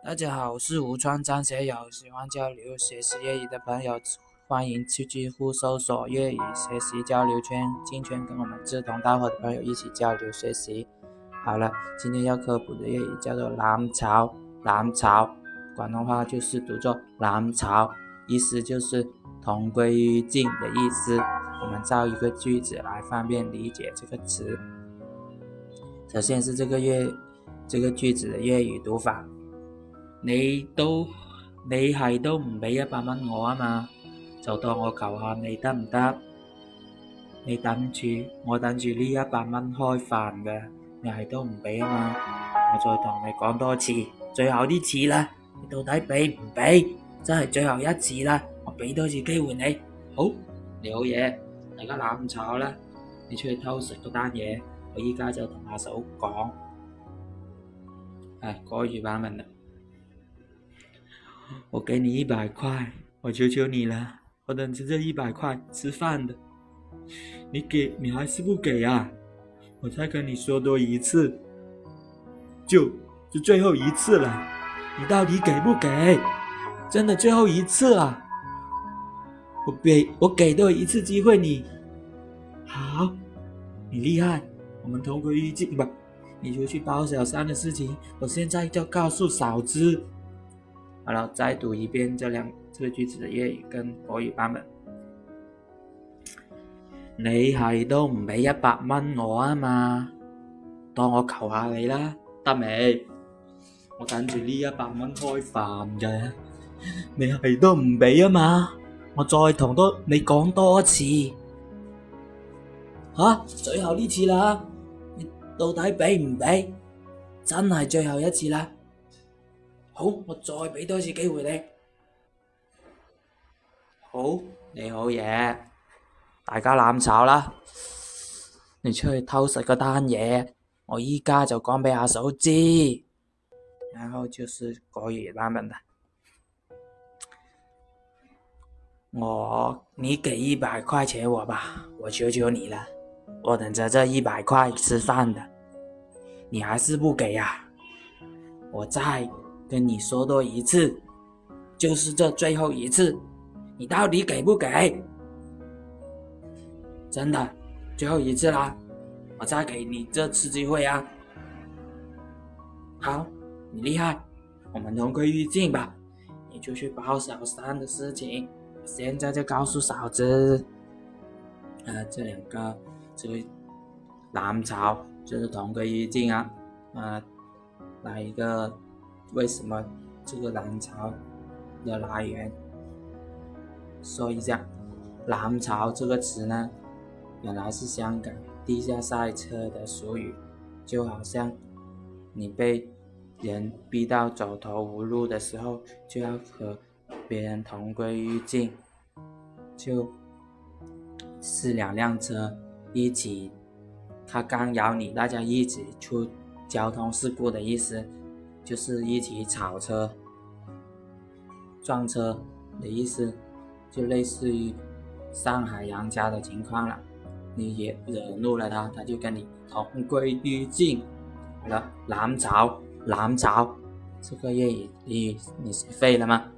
大家好，我是吴川张学友，喜欢交流学习粤语的朋友，欢迎去知乎搜索粤语学习交流圈，进圈跟我们志同道合的朋友一起交流学习。好了，今天要科普的粤语叫做南朝，南朝，广东话就是读作南朝，意思就是同归于尽的意思。我们造一个句子来方便理解这个词。首先是这个句子的粤語讀法，你係都唔俾100蚊我啊嘛，就當我求下你得唔得？你我等住呢100蚊開飯嘅，你係都唔俾啊嘛，我再同你講多次，最後呢次啦，你到底俾唔俾？真係最後一次啦，我俾多次機會你。好，你好嘢，大家攬唔炒啦，你出去偷食嗰單嘢。我依家就同阿嫂講，國語版本的，我給你100塊，我求求你了，我等着這100塊吃飯的，你還是不給啊？我再跟你說多一次，就最後一次了，你到底給不給？真的最後一次了，我給多一次機會你，好，你厲害。我們同歸於盡吧，你就去包小三的事情，我現在就告訴嫂子。好了，再讀一遍這個句子的粵語跟國語版本。你係都唔俾100蚊我啊嘛，當我求下你啦，得未？我等住呢100蚊開飯嘅，你係都唔俾啊嘛，我再同你講多次。最後呢次啦，你到底俾唔俾？真係最後一次啦。好，我再俾多次機會你。好，你好嘢，大家攬炒啦。你出去偷食嗰單嘢，我依家就講俾阿嫂知。然後就是國語版本的。你給100塊錢我吧，我求求你了。我等着這100塊吃飯的，你還是不給啊？我再跟你說多一次，就是這最後一次，你到底給不給？真的，最後一次啦，我再給你這次機會啊！好，你厲害，我們同歸於盡吧，你就去包小三的事情，我現在就告訴嫂子。這兩個。這個南朝就是同歸於盡啊，來一個為什麼這個南朝的來源，說一下。南朝這個詞呢，原來是香港地下賽車的俗語，就好像你被人逼到走投無路的時候，就要和別人同歸於盡，就是兩輛車一起，他干擾你，大家一起出交通事故的意思，就是一起炒車、撞車的意思，就類似於上海楊家的情況了。你也惹怒了他，他就跟你同歸於盡。好了，南朝，這個粵語你學會了嗎？